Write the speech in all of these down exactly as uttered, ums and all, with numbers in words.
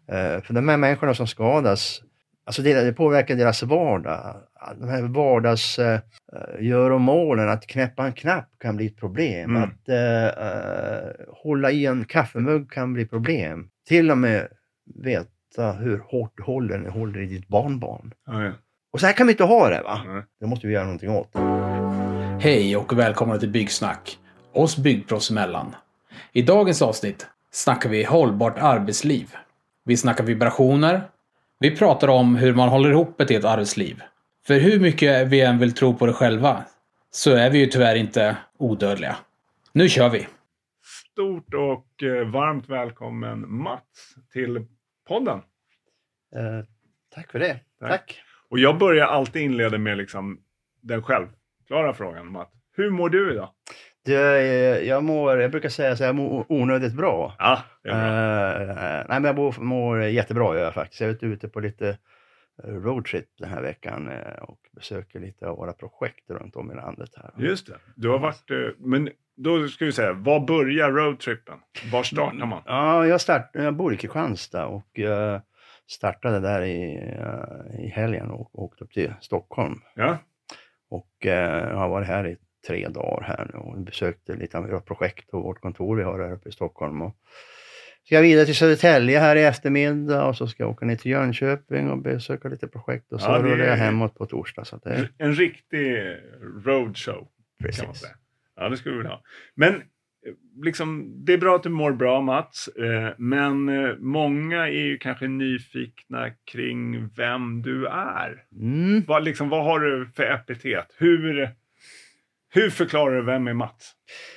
Uh, för de här människorna som skadas, alltså det, det påverkar deras vardag. De här vardags uh, göromålen, att knäppa en knapp kan bli ett problem. Mm. Att uh, uh, hålla i en kaffemugg kan bli problem. Till och med veta hur hårt du håller när du håller i ditt barnbarn. Ja, ja. Och så här kan vi inte ha det, va? Nej. Det måste vi göra någonting åt. Hej och välkomna till Byggsnack. Oss byggproffs emellan. I dagens avsnitt snackar vi hållbart arbetsliv. Vi snackar vibrationer. Vi pratar om hur man håller ihop ett helt arbetsliv. För hur mycket vi än vill tro på det själva så är vi ju tyvärr inte odödliga. Nu kör vi! Stort och varmt välkommen Mats till podden. Uh, tack för det. Tack. tack. Och jag börjar alltid inleda med liksom den självklara frågan, Mats. Hur mår du idag? Det, jag mår, jag brukar säga så jag mår onödigt bra. Ja, det är bra. Uh, nej, men jag mår, mår jättebra jag faktiskt. Jag är ute på lite roadtrip den här veckan och besöker lite av våra projekt runt om i landet här. Just det. Du har varit, men då ska vi säga, var börjar roadtrippen? Var startar man? Ja, jag, start, jag bor i Kristianstad och uh, startade där i, uh, i helgen och åkte upp till Stockholm. Ja. Och uh, jag har varit här i tre dagar här nu och besökte lite av våra projekt och vårt kontor vi har här uppe i Stockholm. Och ska jag vidare till Södertälje här i eftermiddag och så ska jag åka ner till Jönköping och besöka lite projekt och så ja, rullar jag hemåt på torsdag. Så att det är... En riktig roadshow. Precis. Kan man säga. Ja, det skulle vi vilja ha. Men liksom, det är bra att du mår bra, Mats. Men många är ju kanske nyfikna kring vem du är. Mm. Vad, liksom, vad har du för epitet? Hur, hur förklarar du vem är Mats?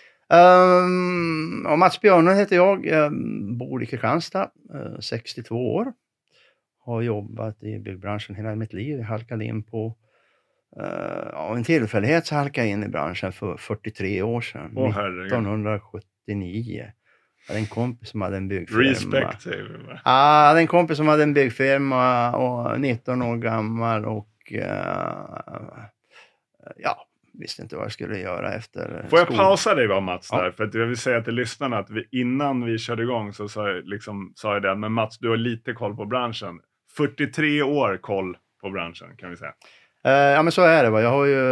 Um, ja, Mats Björnlund heter jag, jag bor i Kristianstad, uh, sextiotvå år. Har jobbat i byggbranschen hela mitt liv. Jag halkade in på uh, ja, en tillfällighet så halkade jag in i branschen för fyrtiotre år sedan. Åh, nittonhundrasjuttionio. Jag hade en kompis som hade en byggfirma. Respect. Ja, jag hade en kompis som hade en byggfirma och nitton år gammal och uh, ja. Visste inte vad jag skulle göra efter Får jag skol. pausa dig va, Mats där? Ja. För att jag vill säga till lyssnarna att vi, innan vi körde igång så sa jag, liksom, sa jag det. Men Mats, du har lite koll på branschen. fyrtiotre år koll på branschen kan vi säga. Uh, ja men så är det va. Jag har ju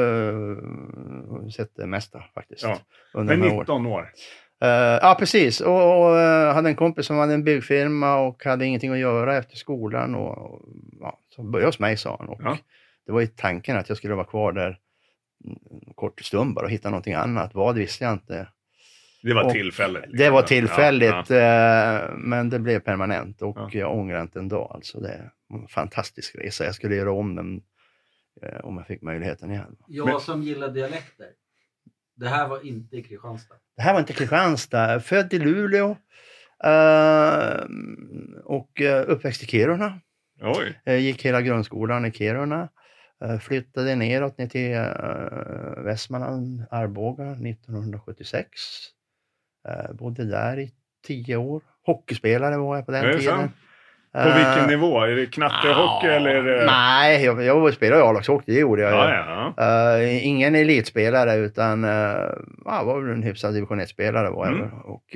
uh, sett det mesta faktiskt. Ja. Under men år. nitton år. Uh, ja precis. Och, och uh, hade en kompis som hade en byggfirma och hade ingenting att göra efter skolan. Och, och ja, så började hos mig sa han. Och ja. Det var ju tanken att jag skulle vara kvar där en kort stund bara och hitta någonting annat. Vad visste jag inte. Det var och tillfälligt. Liksom. Det var tillfälligt, ja, ja. Men det blev permanent och ja. jag ångrar inte en dag. Alltså det är en fantastisk resa. Jag skulle göra om den om jag fick möjligheten igen. Jag men... som gillar dialekter. Det här var inte i Kristianstad. Det här var inte Kristianstad. Född i Luleå uh, och uppväxt i Kiruna. Oj. Gick hela grundskolan i Kiruna. Flyttade neråt ner till uh, Västmanland, Arboga nittonhundrasjuttiosex. Uh, bodde där i tio år. Hockeyspelare var jag på den tiden. Sant? På uh, vilken nivå? Är det knattehockey uh, eller? Är det... Nej, jag, jag spelade i A-lagshockey, det gjorde jag. Ja, ja. Uh, ingen elitspelare utan uh, ja, var väl en hyfsad division ett-spelare var jag. Mm. Och,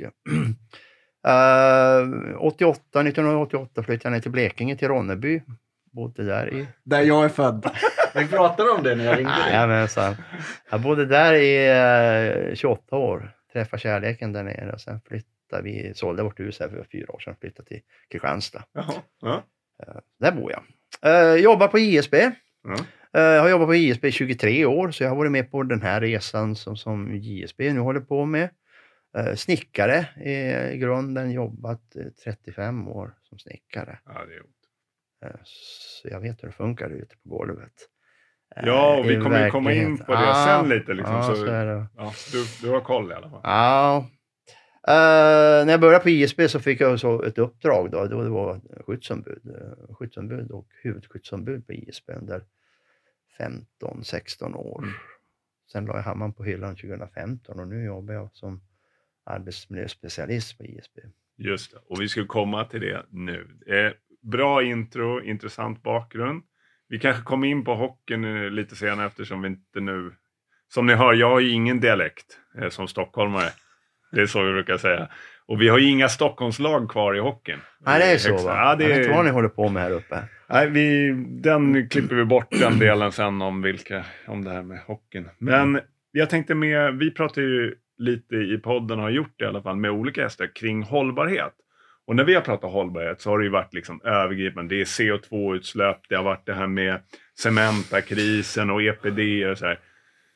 uh, åttioåtta, nittonhundraåttioåtta flyttade jag ner till Blekinge, till Ronneby. Bodde där i... Där jag är född. Vi pratade om det när jag ringde dig. Ja, men så, jag bodde där i uh, tjugoåtta år. Träffade kärleken där nere. Och sen flyttade vi, sålde vårt hus här för fyra år sedan. Flyttade till Kristianstad. Jaha, ja. Uh, där bor jag. Uh, jobbar på I S B. Ja. Uh, har jobbat på I S B i tjugotre år. Så jag har varit med på den här resan som, som I S B nu håller på med. Uh, snickare i, i grunden. Jobbat uh, trettiofem år som snickare. Ja, det är gjort. Så jag vet hur det funkar ute på golvet. Ja, och vi kommer ju komma in på det ah, sen lite. Liksom, ah, så, så är det. Ja, du, du har koll i alla fall. Ja. Uh, när jag började på I S B så fick jag så ett uppdrag. Då, då det var skyddsombud, skyddsombud och huvudskyddsombud på I S B under femton sexton år. Mm. Sen la jag hammaren på hyllan tjugohundrafemton och nu jobbar jag som arbetsmiljöspecialist på I S B. Just det, och vi ska komma till det nu. Eh, bra intro, intressant bakgrund. Vi kanske kommer in på hockeyn lite senare eftersom vi inte nu... Som ni hör, jag har ju ingen dialekt eh, som stockholmare. Det är så vi brukar säga. Och vi har ju inga Stockholmslag kvar i hockeyn. Nej, det är så högsta. va? Ja, det Jag vet är... inte vad ni håller på med här uppe. Nej, vi, den klipper vi bort den delen sen om, vilka, om det här med hockeyn. Men jag tänkte med, vi pratar ju lite i podden och har gjort det i alla fall med olika gäster kring hållbarhet. Och när vi har pratat hållbarhet så har det ju varit liksom övergripande. Det är C O två-utsläpp, det har varit det här med Cementa-krisen och E P D och så här.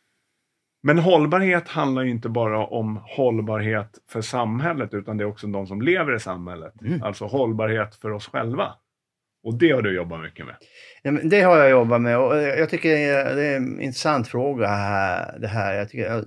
Men hållbarhet handlar ju inte bara om hållbarhet för samhället utan det är också de som lever i samhället. Mm. Alltså hållbarhet för oss själva. Och det har du jobbat mycket med. Ja, men det har jag jobbat med och jag tycker det är en intressant fråga här. Det här. Jag tycker det är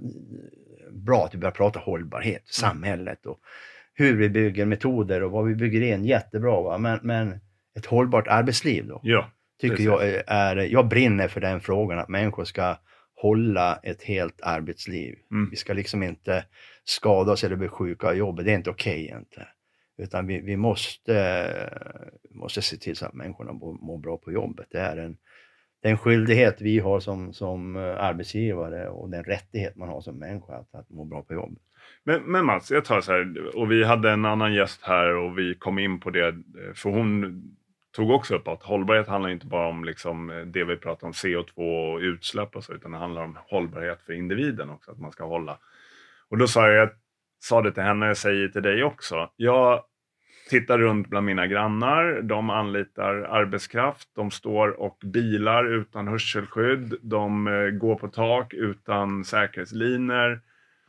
bra att vi börjar prata hållbarhet, samhället och hur vi bygger metoder och vad vi bygger in. Jättebra va? Men, men ett hållbart arbetsliv då. Ja, tycker precis. jag är, jag brinner för den frågan att människor ska hålla ett helt arbetsliv. Mm. Vi ska liksom inte skada oss eller bli sjuka av jobbet. Det är inte okej okay, inte. Utan vi, vi måste, måste se till så att människorna mår, mår bra på jobbet. Det är en, det är en skyldighet vi har som, som arbetsgivare och den rättighet man har som människa att, att må bra på jobbet. Men, men Mats, jag tar så här, och vi hade en annan gäst här och vi kom in på det, för hon tog också upp att hållbarhet handlar inte bara om liksom det vi pratar om C O två och utsläpp och så, utan det handlar om hållbarhet för individen också, att man ska hålla. Och då sa jag, jag sa det till henne, jag säger till dig också. Jag tittar runt bland mina grannar, de anlitar arbetskraft, de står och bilar utan hörselskydd, de går på tak utan säkerhetslinor.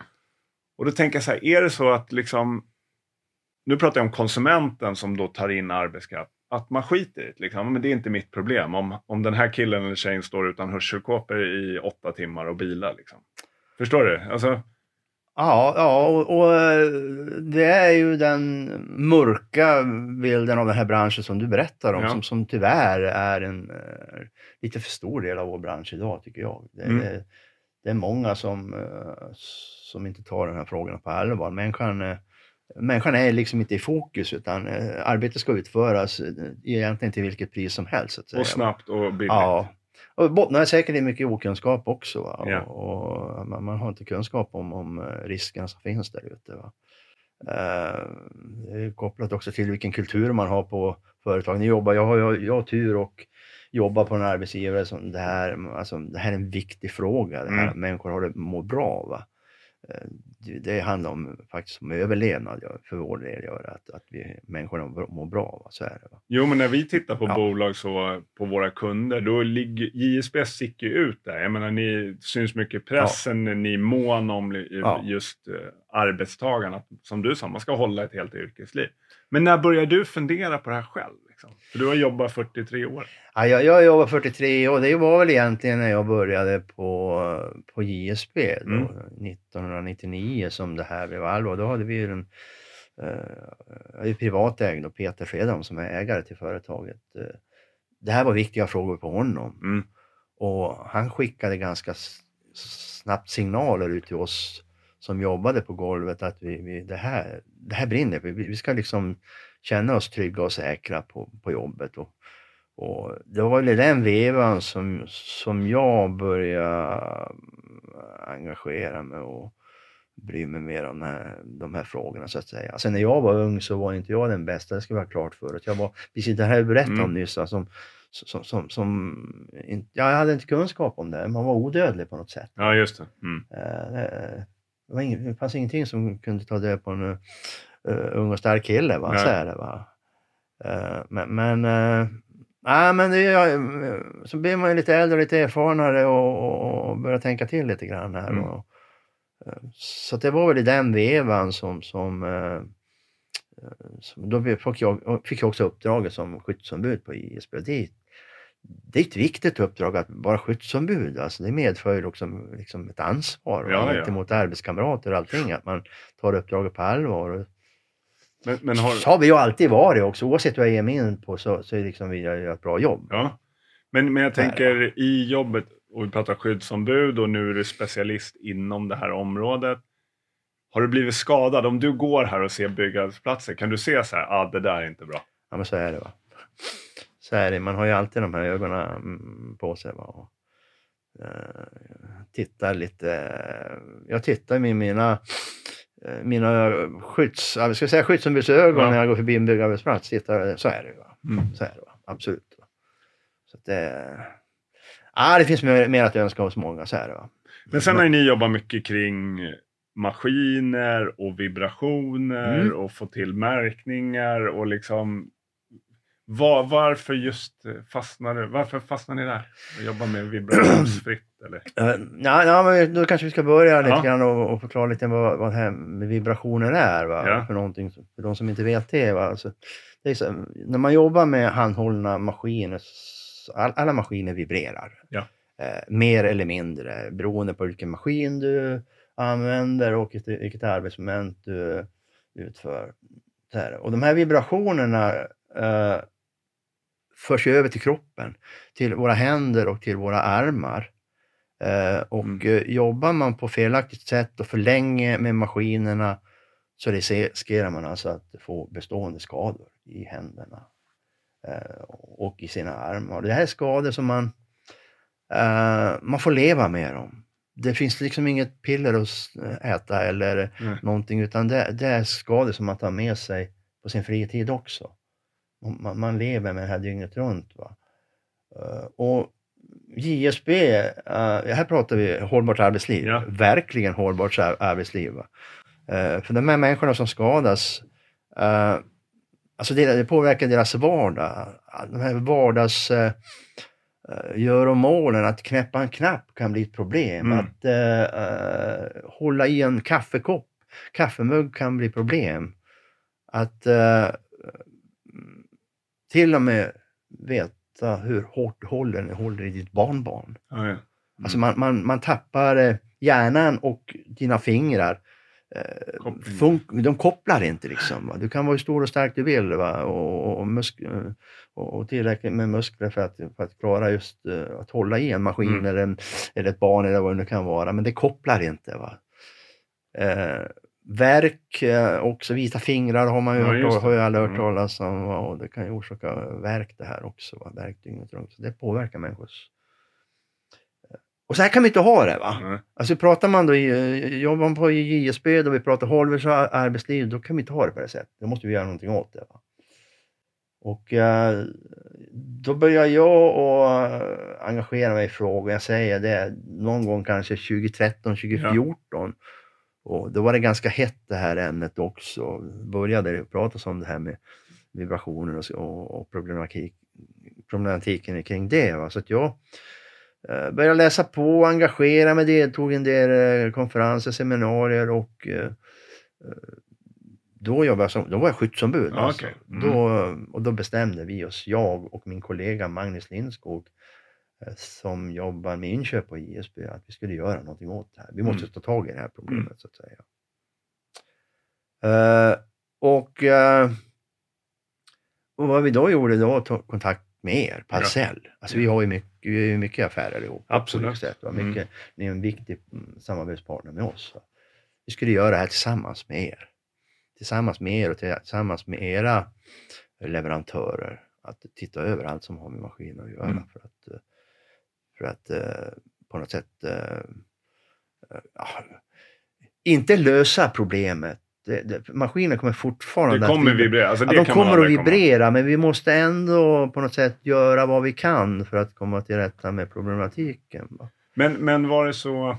Och då tänker jag så här, är det så att liksom, nu pratar jag om konsumenten som då tar in arbetskraft, att man skiter i det liksom, men det är inte mitt problem om, om den här killen eller tjejen står utan hörselkåpor i åtta timmar och bilar liksom. Förstår du? Alltså... Ja, ja och, och det är ju den mörka bilden av den här branschen som du berättar om, ja. som, som tyvärr är en uh, lite för stor del av vår bransch idag tycker jag. Det, mm. det, det är många som, uh, som inte tar den här frågan på allvar. Människan, uh, människan är liksom inte i fokus utan uh, arbetet ska utföras uh, egentligen till vilket pris som helst. Så att säga. Och snabbt och billigt. Ja. Och bottnar är säkert i mycket okunskap också va? Ja. Och, och man, man har inte kunskap om, om riskerna som finns där ute va. Uh, det är kopplat också till vilken kultur man har på företagen. Jag, jobbar, jag har jag, jag har tur och jobbar på en arbetsgivare som det här, alltså, det här är en viktig fråga. Det här, mm. Människor har det mår bra va. Uh, det, det handlar om faktiskt om överlevnad för vår del gör att, att vi, människorna mår bra va? Så är det va. Jo men när vi tittar på ja. bolag så på våra kunder då ligger J S B sticker ut där. Jag menar ni syns mycket i pressen, ja. Ni är mån om ja. just uh, arbetstagarna som du sa, man ska hålla ett helt yrkesliv. Men när börjar du fundera på det här själv? Liksom? För du har jobbat fyrtiotre år. Ja, jag, jag jobbat fyrtiotre år. Det var väl egentligen när jag började på, på J S B då, mm. nittonhundranittionio som det här blev allvar. Då hade vi ju en uh, privatägd och Peter Fredholm som är ägare till företaget. Uh, det här var viktiga frågor på honom. Mm. Och han skickade ganska snabbt signaler ut till oss som jobbade på golvet att vi, vi, det, här, det här brinner. Vi, vi ska liksom känna oss trygga och säkra på, på jobbet. Och, och det var väl den vevan som, som jag började engagera mig och bry mig mer om de här, de här frågorna så att säga. Alltså när jag var ung så var inte jag den bästa, det ska vara klart för att jag var, precis det här jag berättade mm. om nyss, som, som, som, som jag hade inte kunskap om det, man var odödlig på något sätt. Ja just det. Mm. Uh, Det, var ing, det fanns ingenting som kunde ta död på en uh, ung och stark kille va? Så är det, va? Uh, men men, uh, nej, men det, uh, så blir man ju lite äldre och lite erfarnare och, och, och börjar tänka till lite grann här. Mm. Och, uh, så det var väl i den vevan som, som, uh, som då fick jag, fick jag också uppdraget som skyddsombud på I S B. Det, det är ett viktigt uppdrag att vara skyddsombud. Alltså det medför ju också liksom ett ansvar ja, ja. mot arbetskamrater och allting. Att man tar uppdraget på allvar. Men, men har... Så har vi ju alltid varit också. Oavsett vad jag ger mig in på så, så är det liksom vi gör ett bra jobb. Ja. Men, men jag tänker i jobbet, och vi pratar skyddsombud och nu är du specialist inom det här området. Har du blivit skadad? Om du går här och ser byggarbetsplatser, kan du se så här, ah, det där är inte bra? Ja men så är det va. Så är det, man har ju alltid de här ögonen på sig va? Och, uh, tittar lite, jag tittar med mina mina skydds, jag ska säga skyddsombudsögon ja. när jag går förbi en byggarbetsplats. Tittar, så är det va. Mm. Så är det va. Absolut. Va? Så att det, ja, det finns mer, mer att önska hos många, så är det va. Men sen har ni jobbat mycket kring maskiner och vibrationer mm. och få till märkningar och liksom var, varför just fastnar varför fastnar ni där och jobbar med vibrationsfritt eller? Uh, ja, ja, men då kanske vi ska börja lite ja. grann och, och förklara lite vad, vad det här med vibrationer är va? Ja. För någonting för de som inte vet det va. Alltså, det är så, när man jobbar med handhållna maskiner, all, alla maskiner vibrerar. Ja. Uh, mer eller mindre beroende på vilken maskin du använder och vilket, vilket arbetsmoment du utför. Där. Och de här vibrationerna uh, förs över till kroppen, till våra händer och till våra armar. Uh, och mm. uh, jobbar man på felaktigt sätt och för länge med maskinerna så riskerar man alltså att få bestående skador i händerna uh, och i sina armar. Det här är skador som man, uh, man får leva med dem. Det finns liksom inget piller att äta eller mm. någonting, utan det, det är skador som man tar med sig på sin fritid också. Man, man lever med det här dygnet runt va. Uh, och J S B, uh, här pratar vi hållbart arbetsliv, ja. Verkligen hållbart arbetsliv va? Uh, för de här människorna som skadas, uh, alltså det, det påverkar deras vardag, de här vardags uh, gör och målen, att knäppa en knapp kan bli ett problem, mm. att uh, hålla i en kaffekopp, kaffemugg kan bli problem, att uh, till och med veta hur hårt du håller, du håller i ditt barnbarn. Ah, ja. Mm. Alltså man, man, man tappar uh, hjärnan och dina fingrar. Uh, fun- de kopplar inte liksom. Va? Du kan vara hur stor och stark du vill va? Och, och, musk- och, och tillräckligt med muskler för att, för att klara just uh, att hålla i en maskin mm. eller, en, eller ett barn eller vad det nu kan vara. Men det kopplar inte va. Uh, Värk, också vita fingrar har man ju ja, hört, har ju alla hört talas om, och det kan ju orsaka värk det här också, va? Värkdygnet runt, så det påverkar människors. Och så här kan vi inte ha det va. Mm. Alltså pratar man då, jobbar man på J S B och vi pratar hållbart arbetsliv, då kan vi inte ha det på det sättet, då måste vi göra någonting åt det va. Och uh, då börjar jag och engagera mig i frågor, jag säger det någon gång kanske tjugo tretton tjugo fjorton. Ja. Och då var det ganska hett det här ämnet också. Började prata om det här med vibrationer och, och, och problematik, problematiken kring det. Va? Så att jag eh, började läsa på, engagera mig, deltog i en del eh, konferenser, seminarier och eh, då, jobbade jag som, då var jag skyddsombud. Ah, alltså. okay. mm. då, och då bestämde vi oss, jag och min kollega Magnus Lindskog, som jobbar med inköp på J S B, att vi skulle göra någonting åt det här. Vi måste mm. ta tag i det här problemet mm. så att säga. Uh, och, uh, och vad vi då gjorde då, tog kontakt med er, Parcell. Ja. Alltså vi har ju mycket, vi har mycket affärer ihop. Absolut. Sätt, va? Mycket, mm. Ni är en viktig samarbetspartner med oss. Va? Vi skulle göra det här tillsammans med er. Tillsammans med er och tillsammans med era leverantörer. Att titta över allt som har med maskiner att göra. Mm. För att För att eh, på något sätt eh, eh, inte lösa problemet. Det, det, maskinen kommer fortfarande det kommer att vibrera. Alltså det ja, de kan kommer man att vibrera, komma. Men vi måste ändå på något sätt göra vad vi kan för att komma till rätta med problematiken. Va? Men, men var det så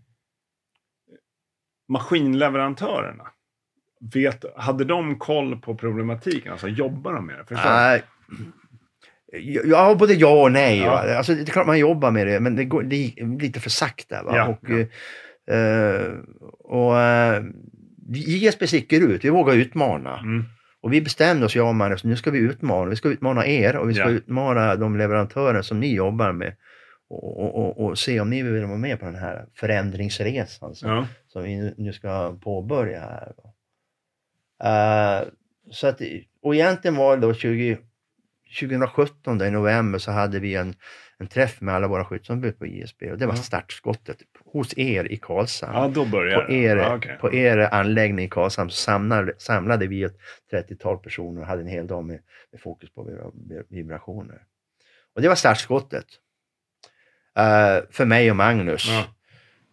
maskinleverantörerna, vet, hade de koll på problematiken? Alltså jobbar de med det? Förstår Nej. Ja, både ja och nej. Ja. Alltså, det är klart man jobbar med det, men det går det är lite för sakta. Va? Ja, och ja. Uh, och uh, J S B sticker ut, vi vågar utmana. Mm. Och vi bestämde oss, ja man, nu ska vi utmana. Vi ska utmana er och vi ska ja. utmana de leverantörer som ni jobbar med. Och, och, och, och se om ni vill vara med på den här förändringsresan som, ja. som vi nu ska påbörja här. Uh, så att, och egentligen var det då tjugo tjugosjutton i november så hade vi en, en träff med alla våra skyddsombud på J S B och det var startskottet hos er i Karlshamn. Ja, då började på er, ja, okay. på er anläggning i Karlshamn så samlade, samlade vi ett trettiotal personer och hade en hel dag med, med fokus på vibrationer. Och det var startskottet uh, för mig och Magnus. Ja.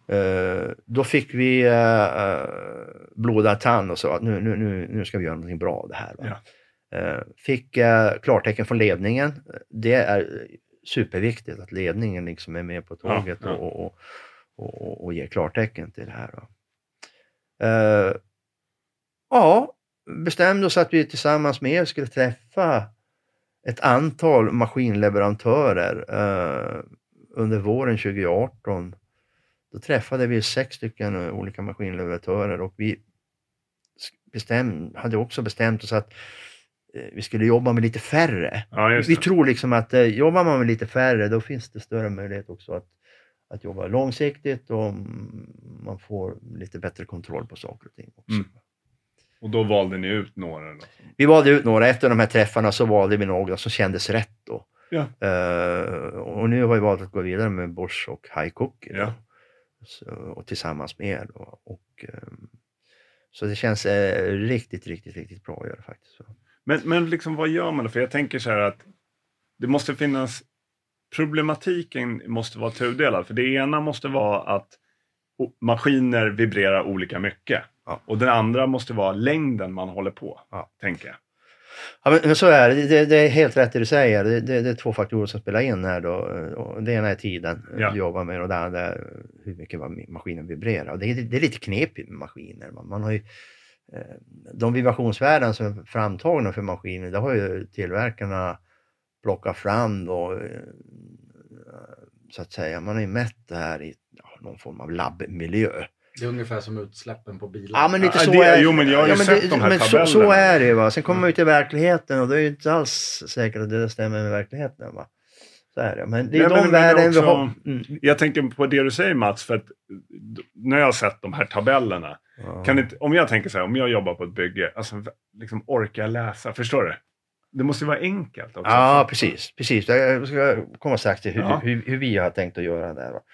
Uh, då fick vi uh, blodad tand och sa att nu, nu, nu, nu ska vi göra någonting bra det här. Va? Ja. Uh, fick uh, klartecken från ledningen. Det är superviktigt att ledningen liksom är med på tåget ja, ja. Och, och, och, och ger klartecken till det här. Va? Uh, ja, bestämde oss att vi tillsammans med er skulle träffa ett antal maskinleverantörer uh, under våren tjugo arton. Då träffade vi sex stycken olika maskinleverantörer och vi bestäm, hade också bestämt oss att eh, vi skulle jobba med lite färre. Ja, vi tror liksom att eh, jobbar man med lite färre då finns det större möjlighet också att, att jobba långsiktigt och man får lite bättre kontroll på saker och ting också. Mm. Och då valde ni ut några då? Vi valde ut några. Efter de här träffarna så valde vi några som kändes rätt då. Ja. Uh, och nu har vi valt att gå vidare med Bosch och HiCookie. Ja. Så, och tillsammans med er då. Och, um, så det känns eh, riktigt, riktigt, riktigt bra att göra faktiskt. Så. Men, men liksom vad gör man då? För jag tänker så här att det måste finnas, problematiken måste vara tudelad. För det ena måste vara att maskiner vibrerar olika mycket. Ja. Och den andra måste vara längden man håller på, ja. tänker jag. Ja, men, men så är det. det. Det är helt rätt det du säger. Det, det, det är två faktorer som spelar in här då. Och det ena är tiden ja. du jobbar med och det andra är hur mycket maskinen vibrerar. Och det, är, det är lite knepigt med maskiner. Man, man har ju, de vibrationsvärden som är framtagna för maskiner, det har ju tillverkarna plockat fram då, så att säga. Man har ju mätt det här i ja, någon form av labbmiljö. Det är ungefär som utsläppen på bilar. Ja, men lite så det, är jo, men jag har ju ja, sett det, de här men tabellerna. Så, så är det, va. Sen kommer man ut i verkligheten och det är ju inte alls säkert att det stämmer med verkligheten, va. Så är det. Men det är Nej, de men, värden också, vi har. Mm. Jag tänker på det du säger, Mats, för att när jag har sett de här tabellerna, ja. kan inte, om jag tänker så här, om jag jobbar på ett bygge, alltså liksom orkar jag läsa, förstår du? Det måste ju vara enkelt också. Ja, precis, precis. Jag ska komma strax till hur, ja. hur, hur vi har tänkt att göra det här, va.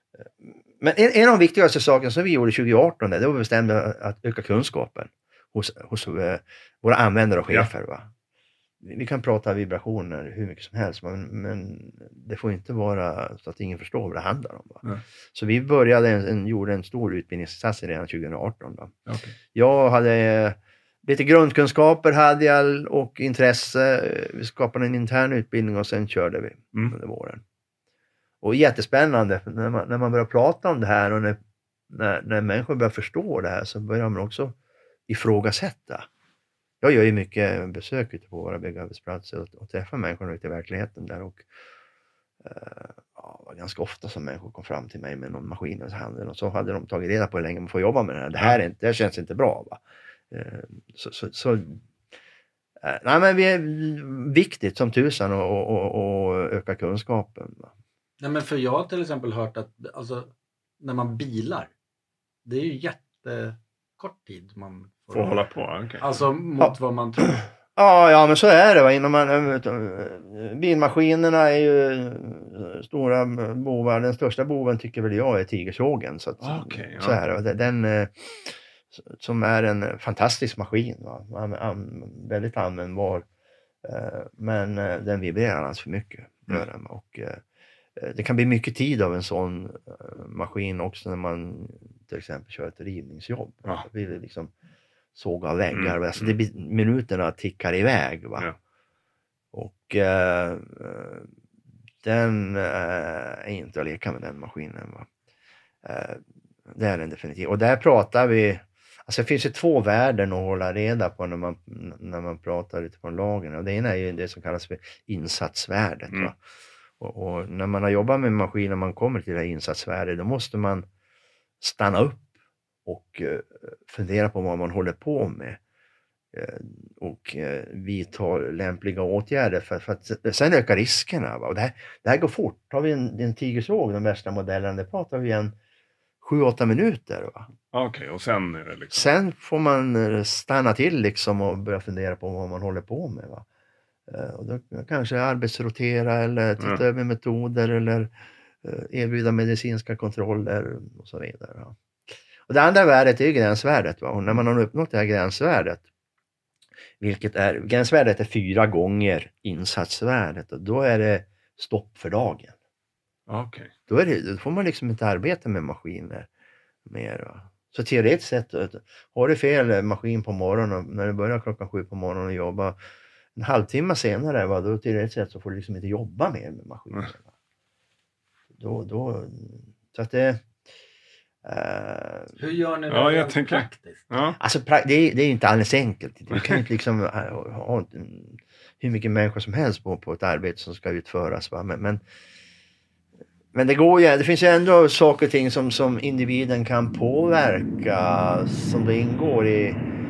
Men en, en av de viktigaste sakerna som vi gjorde tjugo arton, det var att bestämma att öka kunskapen hos, hos uh, våra användare och chefer. Ja. Va? Vi kan prata vibrationer hur mycket som helst, men, men det får inte vara så att ingen förstår vad det handlar om. Va? Ja. Så vi började en, en, gjorde en stor utbildningsinsats redan tjugo arton. Va? Okay. Jag hade lite grundkunskaper hade jag och intresse. Vi skapade en intern utbildning och sen körde vi mm. under våren. Och jättespännande, när man, när man börjar prata om det här och när, när, när människor börjar förstå det här så börjar man också ifrågasätta. Jag gör ju mycket besök ute på våra byggarbetsplatser och, och träffar människor ute i verkligheten där. Och uh, ja, det var ganska ofta som människor kom fram till mig med någon maskin i handen och så hade de tagit reda på hur länge man får jobba med det här. Det här, är inte, det här känns inte bra, va? Uh, så... så, så uh, nej, men det är viktigt som tusan att öka kunskapen, va? Nej, men för jag har till exempel hört att alltså, när man bilar, det är ju jättekort tid man får, får hålla på. Okay. Alltså mot ja. vad man tror. Ja, ja, men så är det. Va? Inom man, bilmaskinerna är ju stora bovar. Den största boven tycker väl jag är tigersågen. Så, att, okay, ja. så är det. Den som är en fantastisk maskin. Va? Väldigt användbar. Men den vibrerar alldeles för mycket. Mm. Och det kan bli mycket tid av en sån maskin också när man till exempel kör ett rivningsjobb. Ja. Det blir liksom såga väggar. Mm. Alltså det blir, minuterna tickar iväg. Va? Ja. Och eh, den eh, är inte att leka med den maskinen. Va? Eh, det är den definitivt. Och där pratar vi, alltså det finns ju två värden att hålla reda på när man, när man pratar utifrån lagen. Och det ena är ju det som kallas för insatsvärdet. Mm. Va? Och, och när man har jobbat med maskiner och man kommer till det här insatsvärdet, då måste man stanna upp och uh, fundera på vad man håller på med. Uh, och uh, vi tar lämpliga åtgärder för, för att sen öka riskerna. Va? Och det, här, det här går fort. Har vi en, en tigersåg, den värsta modellen, det pratar vi en sju åtta minuter. Va? Okej, okay, och sen är det liksom... Sen får man stanna till liksom och börja fundera på vad man håller på med. Va? Och då kanske arbetsrotera eller titta mm. över metoder eller erbjuda medicinska kontroller och så vidare. Ja. Och det andra värdet är ju gränsvärdet. Va? Och när man har uppnått det här gränsvärdet, vilket är, gränsvärdet är fyra gånger insatsvärdet, och då är det stopp för dagen. Okay. Då, är det, då får man liksom inte arbeta med maskiner mer. Va? Så teoretiskt sett, har du fel maskin på morgonen, när du börjar klockan sju på morgonen och jobba en halvtimme senare, va, då teoretiskt sett så får du liksom inte jobba mer med maskiner. Va? Då, då, så att det... Uh, Hur gör ni det ja, jag tänker, praktiskt? Ja. Alltså det är, det är inte alldeles enkelt. Du kan inte liksom ha hur mycket människor som helst på, på ett arbete som ska utföras. Va? Men, men, men det går ju, det finns ju ändå saker och ting som, som individen kan påverka, som det ingår i,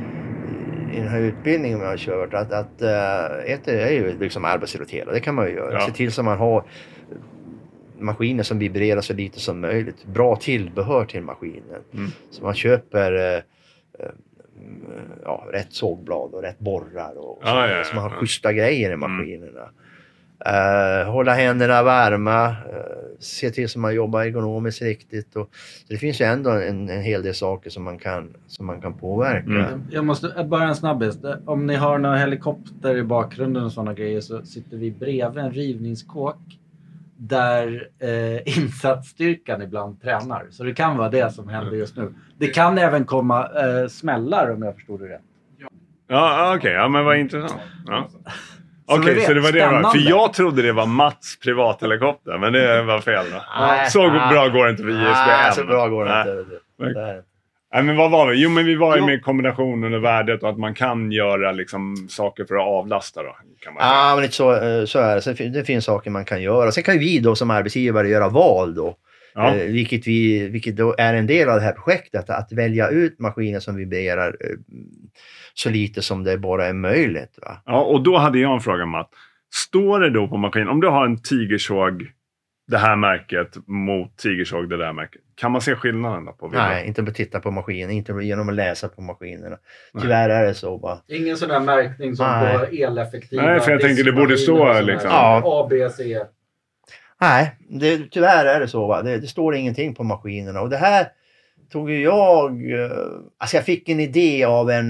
i den här utbildningen man har kört. Att, att ett är ju liksom arbetsrelaterat, det kan man ju göra. Ja. Se till så man har maskiner som vibrerar så lite som möjligt. Bra tillbehör till maskinen. Mm. Så man köper eh, ja, rätt sågblad och rätt borrar. Och så, ah, ja, så man har ja. schyssta grejer i maskinerna. Mm. Uh, hålla händerna varma. Uh, se till så man jobbar ergonomiskt riktigt. Och, så det finns ju ändå en, en hel del saker som man kan, som man kan påverka. Mm. Jag måste bara en snabbis. Om ni har någon helikopter i bakgrunden och sådana grejer, så sitter vi bredvid en rivningskåk där eh, insatsstyrkan ibland tränar. Så det kan vara det som händer just nu. Det kan även komma eh, smällar, om jag förstod det rätt. Ja, okej. Okay. Ja, men vad intressant. Ja. Okej, okay, så det var det var. För jag trodde det var Mats privathelikopter, men det var fel då. Nej, så nej, bra går det inte för I S B N. Nej, så bra går det inte. Nej. Nej, men vad var vi? Jo, men vi var ju med kombinationen och värdet och att man kan göra liksom saker för att avlasta då. Kan man ja, men inte så, så är det. Så det finns saker man kan göra. Sen kan ju vi då som arbetsgivare göra val då. Ja. Eh, vilket, vi, vilket då är en del av det här projektet. Att välja ut maskiner som vibrerar eh, så lite som det bara är möjligt. Va? Ja, och då hade jag en fråga, Matt. Står det då på maskinen, om du har en tigersåg, det här märket mot tigersåg, det där märket, kan man se skillnaden då på vibra? Nej, inte att titta på maskinen, inte genom att läsa på maskinerna. Tyvärr är det så bara. Ingen sån där märkning som Nej. på eleffektiva. Nej, för jag tänker det borde stå liksom. Ja. A, B, C. Nej, det, tyvärr är det så. Va? Det, det står ingenting på maskinerna. Och det här tog ju jag... Alltså jag fick en idé av en,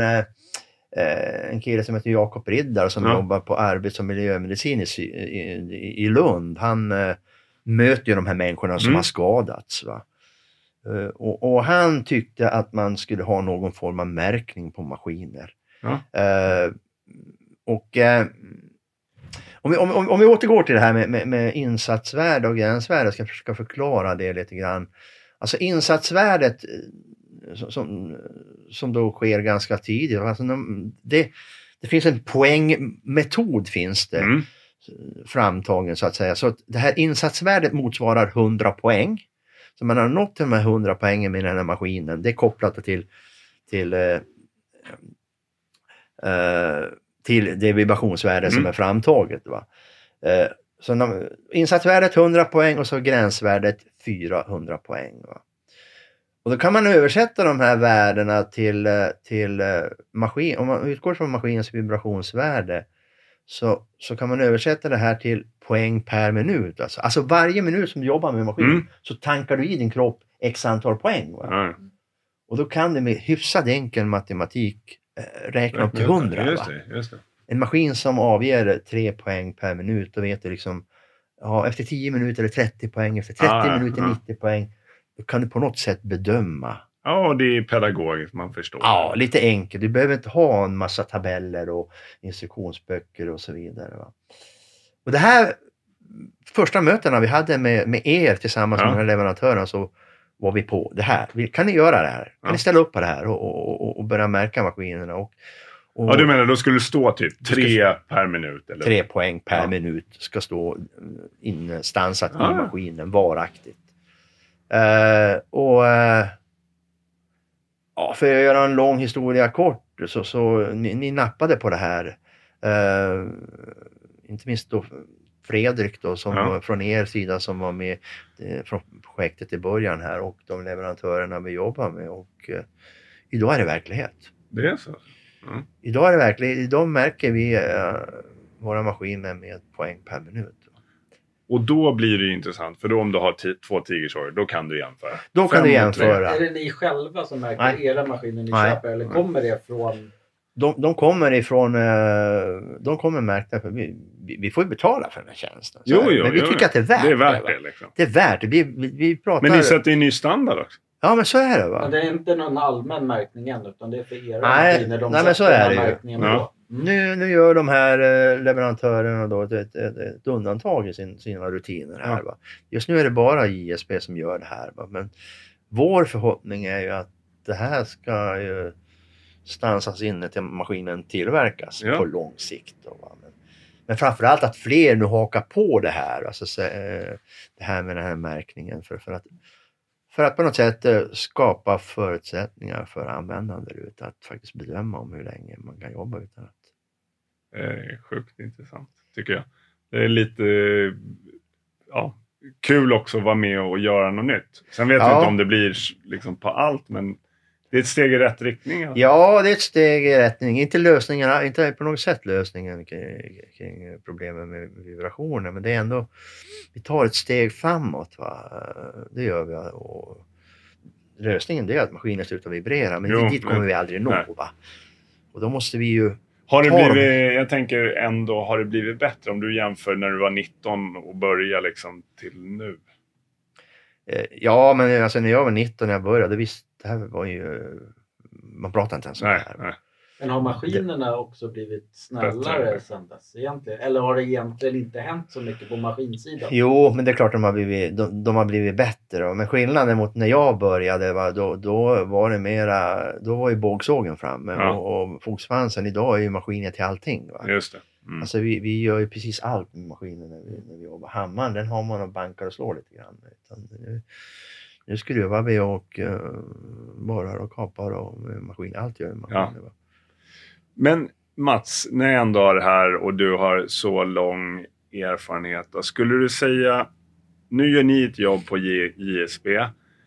en kille som heter Jakob Riddar som ja. jobbar på arbets- och miljömedicin i, i, i Lund. Han äh, möter ju de här människorna som mm. har skadats. Va? Uh, och, och han tyckte att man skulle ha någon form av märkning på maskiner. Ja. Uh, och... Uh, Om vi, om, om vi återgår till det här med, med, med insatsvärde och gränsvärde, ska jag försöka förklara det lite grann. Alltså insatsvärdet som, som då sker ganska tidigt. Alltså det, det finns en poängmetod finns det mm. framtagen så att säga. Så att det här insatsvärdet motsvarar hundra poäng. Så man har nått de här hundra poängen med den här maskinen. Det är kopplat till till eh, eh, till det vibrationsvärde mm. som är framtaget. Va? Eh, så när, insatsvärdet hundra poäng och så gränsvärdet fyrahundra poäng. Va? Och då kan man översätta de här värdena till, till maskin. Om man utgår från maskinens vibrationsvärde så, så kan man översätta det här till poäng per minut. Alltså, alltså varje minut som du jobbar med maskin mm. så tankar du i din kropp x antal poäng. Va? Mm. Och då kan det med hyfsad enkel matematik räkna upp till hundra. Just det, just det. En maskin som avger tre poäng per minut, då vet du liksom, ja, efter tio minuter är det trettio poäng, efter trettio ah, minuter ja. nittio poäng. Då kan du på något sätt bedöma. Ja, det är pedagogiskt, man förstår. Ja, lite enkelt. Du behöver inte ha en massa tabeller och instruktionsböcker och så vidare. Va? Och det här första mötena vi hade med, med er tillsammans ja. med den här leverantören, så var vi på det här. Kan ni göra det här? Kan ja. ni ställa upp på det här och, och, och börja märka maskinerna? Och, och, ja, du menar då skulle det stå typ tre ska, per minut? Eller? Tre poäng per ja. minut ska stå instansat ja. i maskinen varaktigt. Uh, och uh, ja, för att göra en lång historia kort så, så ni, ni nappade på det här. Uh, inte minst då Fredrik då, som ja. var från er sida som var med eh, från projektet i början här, och de leverantörerna vi jobbar med, och eh, idag är det verklighet. Det är så? Mm. Idag är det verklighet. Idag märker vi eh, våra maskiner med poäng per minut. Och då blir det ju intressant, för då om du har t- två tigersår, då kan du jämföra. Då kan du jämföra. Är det ni själva som märker Nej. era maskiner ni Nej. köper, eller kommer det från de, de kommer ifrån, de kommer märkta för vi, vi får ju betala för den här tjänsten. Jo, jo, men vi jo, tycker jo. att det är värt det. Är värt det, det, liksom. det är värt det. Vi, vi, vi pratar... Men ni sätter ju ny standard också. Ja, men så är det va. Men det är inte någon allmän märkning än, utan det är för era nej, maskiner de nej, men så är det märkningen ju. på. Ja. Mm. Nu, nu gör de här leverantörerna då ett, ett, ett, ett undantag i sin, sina rutiner här. Ja. Va? Just nu är det bara J S P som gör det här. Va? Men vår förhoppning är ju att det här ska ju stansas in till maskinen tillverkas ja. på lång sikt. Då, va? Men, men framförallt att fler nu hakar på det här. Alltså, så, eh, det här med den här märkningen. För, för, att, för att på något sätt eh, skapa förutsättningar för användare ut att faktiskt bedöma om hur länge man kan jobba utan att. Eh, sjukt intressant tycker jag. Det är lite ja, kul också att vara med och göra något nytt. Sen vet ja. jag inte om det blir liksom på allt, men det är ett steg i rätt riktning. Alltså. Ja, det är ett steg i rätt riktning. Inte lösningarna, inte på något sätt lösningen kring, kring problemen med vibrationer, men det är ändå, vi tar ett steg framåt va. Det gör vi och lösningen det är att maskinen slutar vibrera, men jo, dit kommer men, vi aldrig nå va. Och då måste vi ju har det ta blivit, jag tänker ändå, har det blivit bättre om du jämför när du var nitton och började liksom till nu? Ja, men alltså när jag var nitton när jag började, visst, det här var ju, man pratar inte ens om nej, det här. Nej. Men har maskinerna det, också blivit snällare bättre. Sen dess egentligen? Eller har det egentligen inte hänt så mycket på maskinsidan? Jo, men det är klart de har blivit, de, de har blivit bättre. Men skillnaden mot när jag började, va, då, då var det mera, då var ju bågsågen framme ja. och, och fogsvansen idag är ju maskiner till allting. Va? Just det. Mm. Alltså vi, vi gör ju precis allt med maskiner när vi, när vi jobbar. Hammaren, den har man och bankar och slår lite grann. Utan nu, nu skruvar vi och uh, borrar och kapar och maskiner, allt gör maskiner. Ja. Va? Men Mats, när jag ändå har det här och du har så lång erfarenhet, då, skulle du säga, nu gör ni ett jobb på J S B.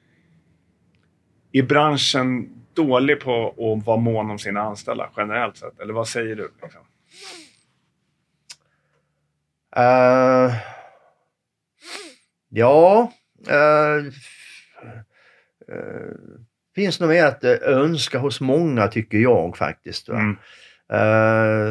Är branschen dålig på att vara mån om sina anställda generellt sett? Eller vad säger du? Liksom? Uh, ja, uh, uh, finns nog mer att önska hos många tycker jag faktiskt. Va? Mm. Uh,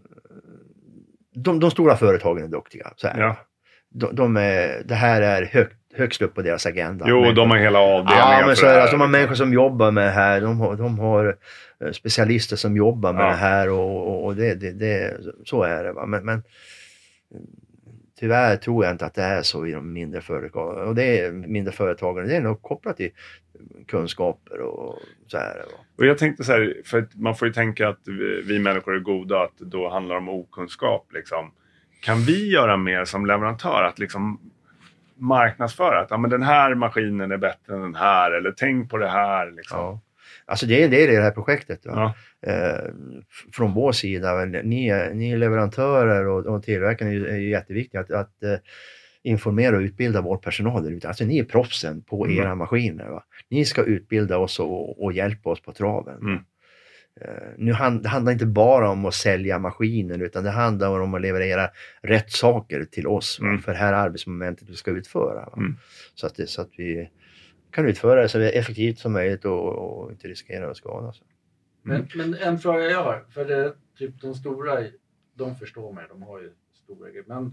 de, de stora företagen är duktiga. Så här. Ja. De, de är, det här är högt, högst upp på deras agenda. Jo, människor. De har hela avdelningar ja, men för så det här. Alltså, de har människor som jobbar med det här. De har, de har specialister som jobbar med ja. det här. Och, och, och det, det, det, så är det. Va? Men, men tyvärr tror jag inte att det är så i de mindre företagen. Och det är mindre företagen. Det är nog kopplat till kunskaper och så här. Och jag tänkte så här, för att man får ju tänka att vi, vi människor är goda, att då handlar det om okunskap liksom. Kan vi göra mer som leverantör att liksom marknadsföra att ja, men den här maskinen är bättre än den här, eller tänk på det här liksom. Ja. Alltså det är en del i det här projektet. Ja. Eh, från vår sida, ni, ni leverantörer och, och tillverkare är ju, är ju jätteviktiga att, att eh, informera och utbilda vår personal där ute. Alltså ni är proffsen på mm. era maskiner. Va? Ni ska utbilda oss och, och hjälpa oss på traven. Mm. Uh, nu hand, det handlar inte bara om att sälja maskiner, utan det handlar om att leverera rätt saker till oss. Mm. För det här arbetsmomentet vi ska utföra. Mm. Så, att det, så att vi kan utföra det så effektivt som möjligt och, och inte riskera att skada. Mm. Men, men en fråga jag har, för det, typ de stora, de förstår mig, de har ju stora grejer. Men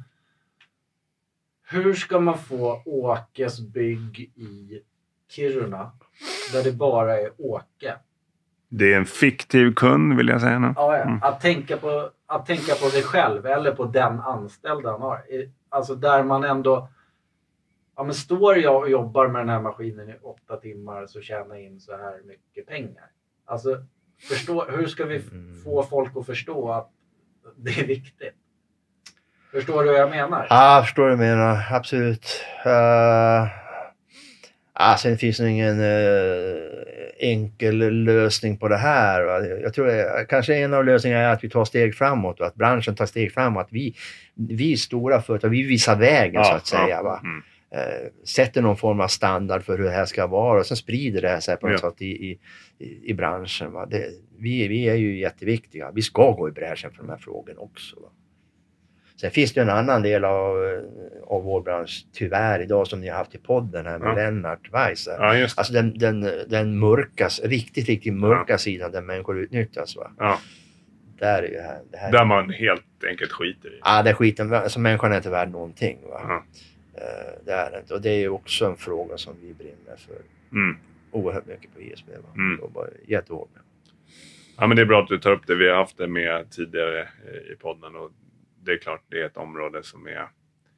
hur ska man få Åkes bygg i Kiruna där det bara är Åke? Det är en fiktiv kund, vill jag säga nu. Ja, ja. Mm. Att, tänka på, att tänka på sig själv eller på den anställda han har. Alltså där man ändå... Ja, men står jag och jobbar med den här maskinen i åtta timmar så tjänar jag in så här mycket pengar. Alltså, förstå, hur ska vi få folk att förstå att det är viktigt? Förstår du vad jag menar? Ja, jag förstår vad du menar. Absolut. Uh, alltså det finns nog ingen uh, enkel lösning på det här. Va? Jag tror att kanske en av lösningarna är att vi tar steg framåt och att branschen tar steg framåt. Att vi, vi stora företag, vi visar vägen ja, så att säga. Ja. Va? Mm. Uh, sätter någon form av standard för hur det här ska vara och sen sprider det här så här på något ja. sätt i, i, i branschen. Va? Det, vi, vi är ju jätteviktiga. Vi ska gå i bräschen för de här frågorna också. Va? Sen finns det en annan del av, av vår bransch tyvärr idag som ni har haft i podden här med ja. Lennart Weiser. Ja, alltså den, den, den mörka, riktigt, riktigt mörka ja. sidan där människor utnyttjas. Va? Ja. där är ju här, det här. Där man helt enkelt skiter i. Ja, det är skiten. Alltså människan är inte värd någonting. Va? Mm. Uh, det är det inte. Och det är ju också en fråga som vi brinner för. Mm. Oerhört mycket på I S B. Va? Mm. Jobbar jättehårt med. Ja, men det är bra att du tar upp det. Vi har haft det med tidigare i podden och det är klart det är ett område som är...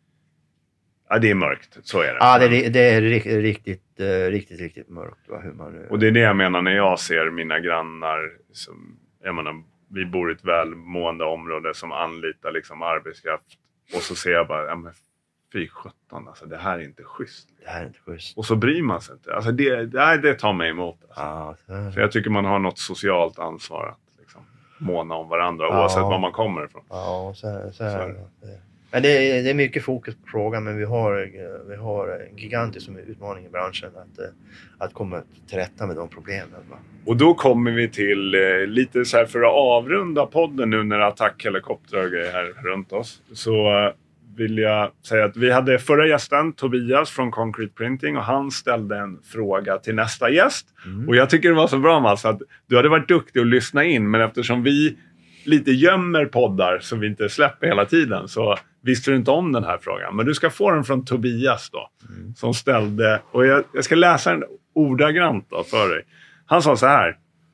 Ja, det är mörkt. Så är det. Ja, det är, det är riktigt, riktigt, riktigt, riktigt mörkt. Va? Hur man nu... Och det är det jag menar när jag ser mina grannar som, jag menar, vi bor i ett välmående område som anlitar liksom arbetskraft och så ser jag bara, ja men fy sjutton, alltså det här är inte schysst. Det här är inte schysst. Och så bryr man sig inte. Alltså det, det, det tar mig emot. Alltså. Ja, så är det. För jag tycker man har något socialt ansvar att liksom måna om varandra Ja. oavsett var man kommer ifrån. Ja, så är, så är Så är det. det. Men det är, det är mycket fokus på frågan, men vi har, vi har en gigantisk utmaning i branschen att, att komma till rätta med de problemen. Va? Och då kommer vi till eh, lite så här för att avrunda podden nu när attackhelikoptrar och grejer här runt oss. Så eh, vill jag säga att vi hade förra gästen, Tobias från Concrete Printing, och han ställde en fråga till nästa gäst. Mm. Och jag tycker det var så bra, Mats, att du hade varit duktig att lyssna in, men eftersom vi lite gömmer poddar som vi inte släpper hela tiden så visste du inte om den här frågan. Men du ska få den från Tobias då, mm. som ställde, och jag, jag ska läsa den ordagrant då för dig. Han sa så här: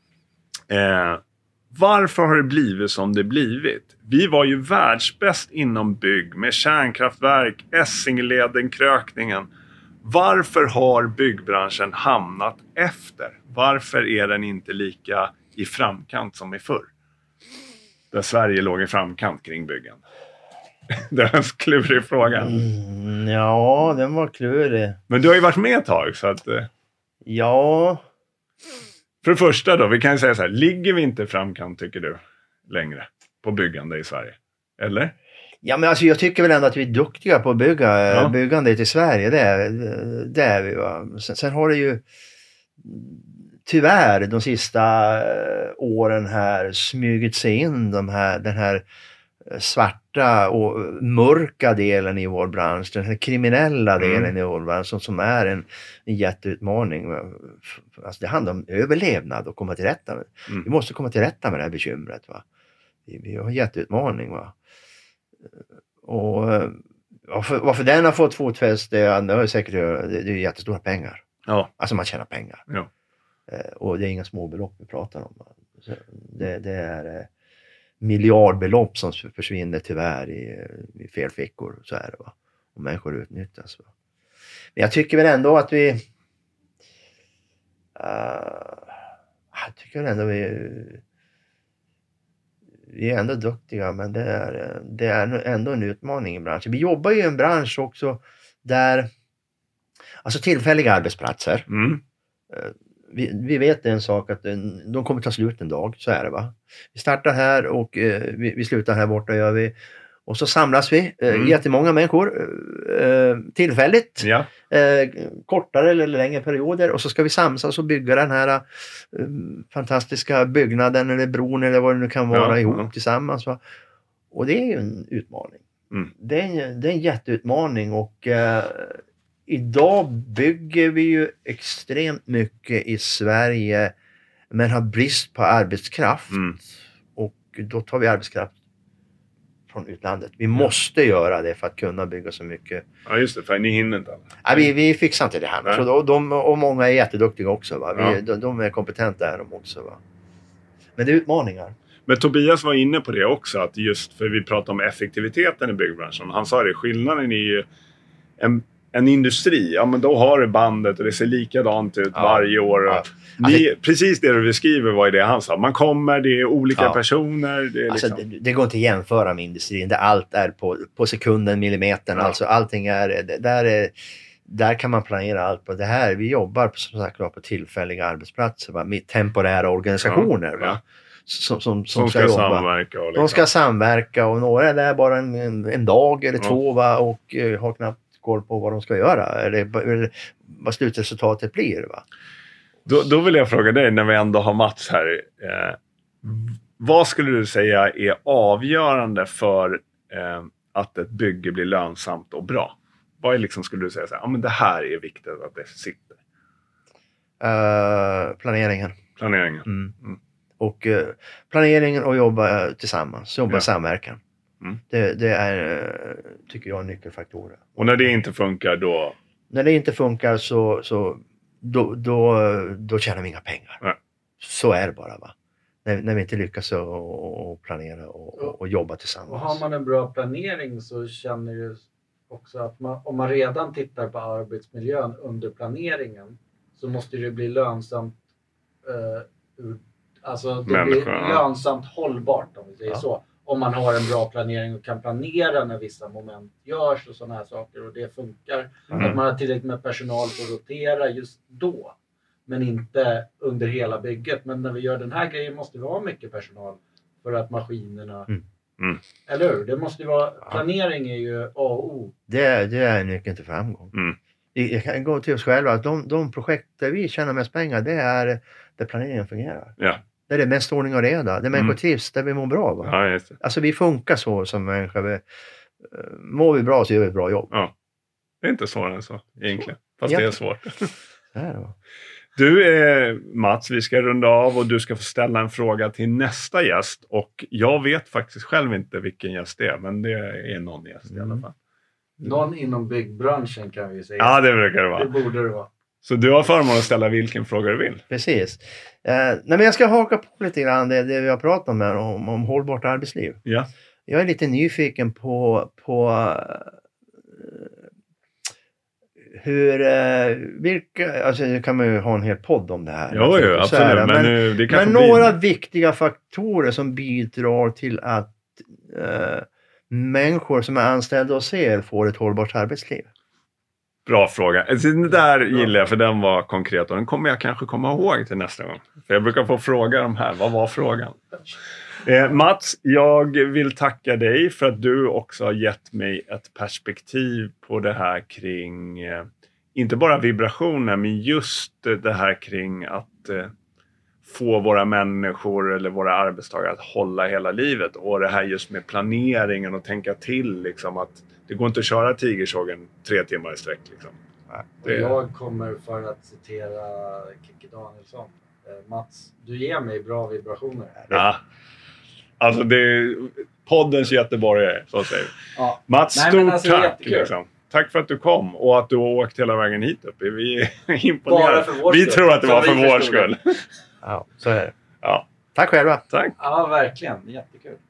eh, varför har det blivit som det blivit? Vi var ju världsbäst inom bygg med kärnkraftverk, Essingeleden, krökningen. Varför har byggbranschen hamnat efter? Varför är den inte lika i framkant som i förr? Där Sverige låg i framkant kring byggen. Det är en klurig fråga. Mm, ja, den var klurig. Men du har ju varit med ett tag så att... Eh... Ja... För det första då, vi kan ju säga så här, ligger vi inte framkant tycker du längre på byggande i Sverige? Eller? Ja, men alltså jag tycker väl ändå att vi är duktiga på att bygga ja. byggandet i Sverige. Det är, det är vi. Va? Sen, sen har det ju tyvärr de sista åren här smugit sig in de här, den här svarta och mörka delen i vår bransch, den här kriminella delen mm. i vår bransch som, som är en, en jätteutmaning. Alltså det handlar om överlevnad och komma till rätta med. Mm. Vi måste komma till rätta med det här bekymret. Va? Vi, vi har en jätteutmaning. Va? Och varför, varför den har fått fotfäste, ja, det är säkert det, det är jättestora pengar. Ja. Alltså man tjänar pengar. Ja. Och det är inga små belopp vi pratar om. Det, det är miljardbelopp som försvinner tyvärr i, i fel fickor. Så är det, va? Och människor utnyttjas. Va? Men jag tycker väl ändå att vi... Uh, jag tycker ändå vi... Vi är ändå duktiga, men det är, det är ändå en utmaning i branschen. Vi jobbar ju i en bransch också där... Alltså tillfälliga arbetsplatser. Mm. Uh, Vi, vi vet en sak att de kommer ta slut en dag, så är det, va. Vi startar här och eh, vi, vi slutar här borta gör vi. Och så samlas vi, eh, mm. jättemånga människor, eh, tillfälligt, ja. eh, kortare eller längre perioder. Och så ska vi samsas och bygga den här eh, fantastiska byggnaden eller bron eller vad det nu kan vara ja, ihop ja. tillsammans. Va? Och det är ju en utmaning. Mm. Det, är en, det är en jätteutmaning och... Eh, Idag bygger vi ju extremt mycket i Sverige men har brist på arbetskraft. Mm. Och då tar vi arbetskraft från utlandet. Vi måste ja. göra det för att kunna bygga så mycket. Ja just det, för ni hinner inte. Ja, vi, vi fixar inte det här. Så då, de, och många är jätteduktiga också. Va? Vi, ja. de, de är kompetenta här de också. Va? Men det är utmaningar. Men Tobias var inne på det också. Att just för vi pratar om effektiviteten i byggbranschen. Han sa det, skillnaden är ju en En industri, ja men då har du bandet och det ser likadant ut ja. varje år. Ja. Ni, alltså, precis det du beskriver var det han sa. Man kommer, det är olika ja. personer. Det, är alltså, liksom... det, det går inte att jämföra med industrin. Där allt är på, på sekunden, millimetern. Ja. Alltså allting är, där är... Där kan man planera allt på det här. Vi jobbar som sagt på tillfälliga arbetsplatser. Va? Med temporära organisationer. Ja. Va? Som, som, som, som ska, ska samverka. Och liksom. De ska samverka och några är där bara en, en, en dag eller ja. två va? Och uh, har knappt koll på vad de ska göra eller, eller vad slutresultatet blir. Va? Då, då vill jag fråga dig när vi ändå har Mats här. Eh, vad skulle du säga är avgörande för eh, att ett bygge blir lönsamt och bra? Vad är liksom, skulle du säga så här, ja, men det här är viktigt att det sitter? Uh, planeringen. Planeringen. Mm. Mm. Och eh, planeringen och jobba eh, tillsammans, jobba Ja. i samverkan. Mm. Det, det är, eh, tycker jag, nyckelfaktorer. Och när det inte funkar då? När det inte funkar så, så då, då, då tjänar vi inga pengar. Nej. Så är det bara, va. När, när vi inte lyckas att och planera och, och, och jobba tillsammans. Och har man en bra planering så känner ju också att man, om man redan tittar på arbetsmiljön under planeringen så måste det bli lönsamt eh, ur, alltså det Människor, blir ja. lönsamt hållbart om vi säger Ja. så. Om man har en bra planering och kan planera när vissa moment görs och sådana här saker och det funkar. Mm. Att man har tillräckligt med personal för att rotera just då. Men inte under hela bygget. Men när vi gör den här grejen måste vi ha mycket personal för att maskinerna... Mm. Mm. Eller hur? Det måste ju vara... Planering är ju A och O. Det, det är nyckeln till framgång. Mm. Vi jag kan gå till oss själva att de, de projekt där vi tjänar mest pengar, det är där planeringen fungerar. Ja. Där det är mest ordning och reda. Där människor Mm. trivs, där vi mår bra. Va? Ja, just det. Alltså vi funkar så som människor. Vi, uh, mår vi bra så gör vi ett bra jobb. Ja. Det är inte svårare än så egentligen. Fast Ja. det är svårt. Så är det, va? Du eh, Mats, vi ska runda av och du ska få ställa en fråga till nästa gäst. Och jag vet faktiskt själv inte vilken gäst det är, men det är någon gäst i alla Mm. fall. Någon inom byggbranschen kan vi säga. Ja, det brukar det Det vara. borde det vara. Så du har förmån att ställa vilken fråga du vill. Precis. Uh, nej, men jag ska haka på lite grann det, det vi har pratat om här, om, om hållbart arbetsliv. Ja. Jag är lite nyfiken på, på uh, hur, uh, vilka, alltså nu kan man ju ha en hel podd om det här. Jo, jo, Så här, absolut. Men, men, nu, det kan men få bli- några viktiga faktorer som bidrar till att uh, människor som är anställda hos er får ett hållbart arbetsliv. Bra fråga. Alltså, den där gillar jag för den var konkret och den kommer jag kanske komma ihåg till nästa gång. För jag brukar få fråga de här. Vad var frågan? Eh, Mats, jag vill tacka dig för att du också har gett mig ett perspektiv på det här kring eh, inte bara vibrationer men just det här kring att eh, få våra människor eller våra arbetstagare att hålla hela livet. Och det här just med planeringen och tänka till liksom att det går inte att köra tigersågen tre timmar i sträck liksom. Och jag kommer för att citera Kikki Danielsson. Eh, Mats, du ger mig bra vibrationer. Ja. Alltså det är poddens göteborgare, så säger vi. Ja. Mats, Nej, stort men alltså, tack. jättekul. Liksom. Tack för att du kom och att du har åkt hela vägen hit upp. Vi är Bara imponerade. för vår Vi skull. tror att det Som var för vi vår förstod det. skull. Ja, så är det. Ja, Tack själva. tack. Ja, verkligen. Jättekul.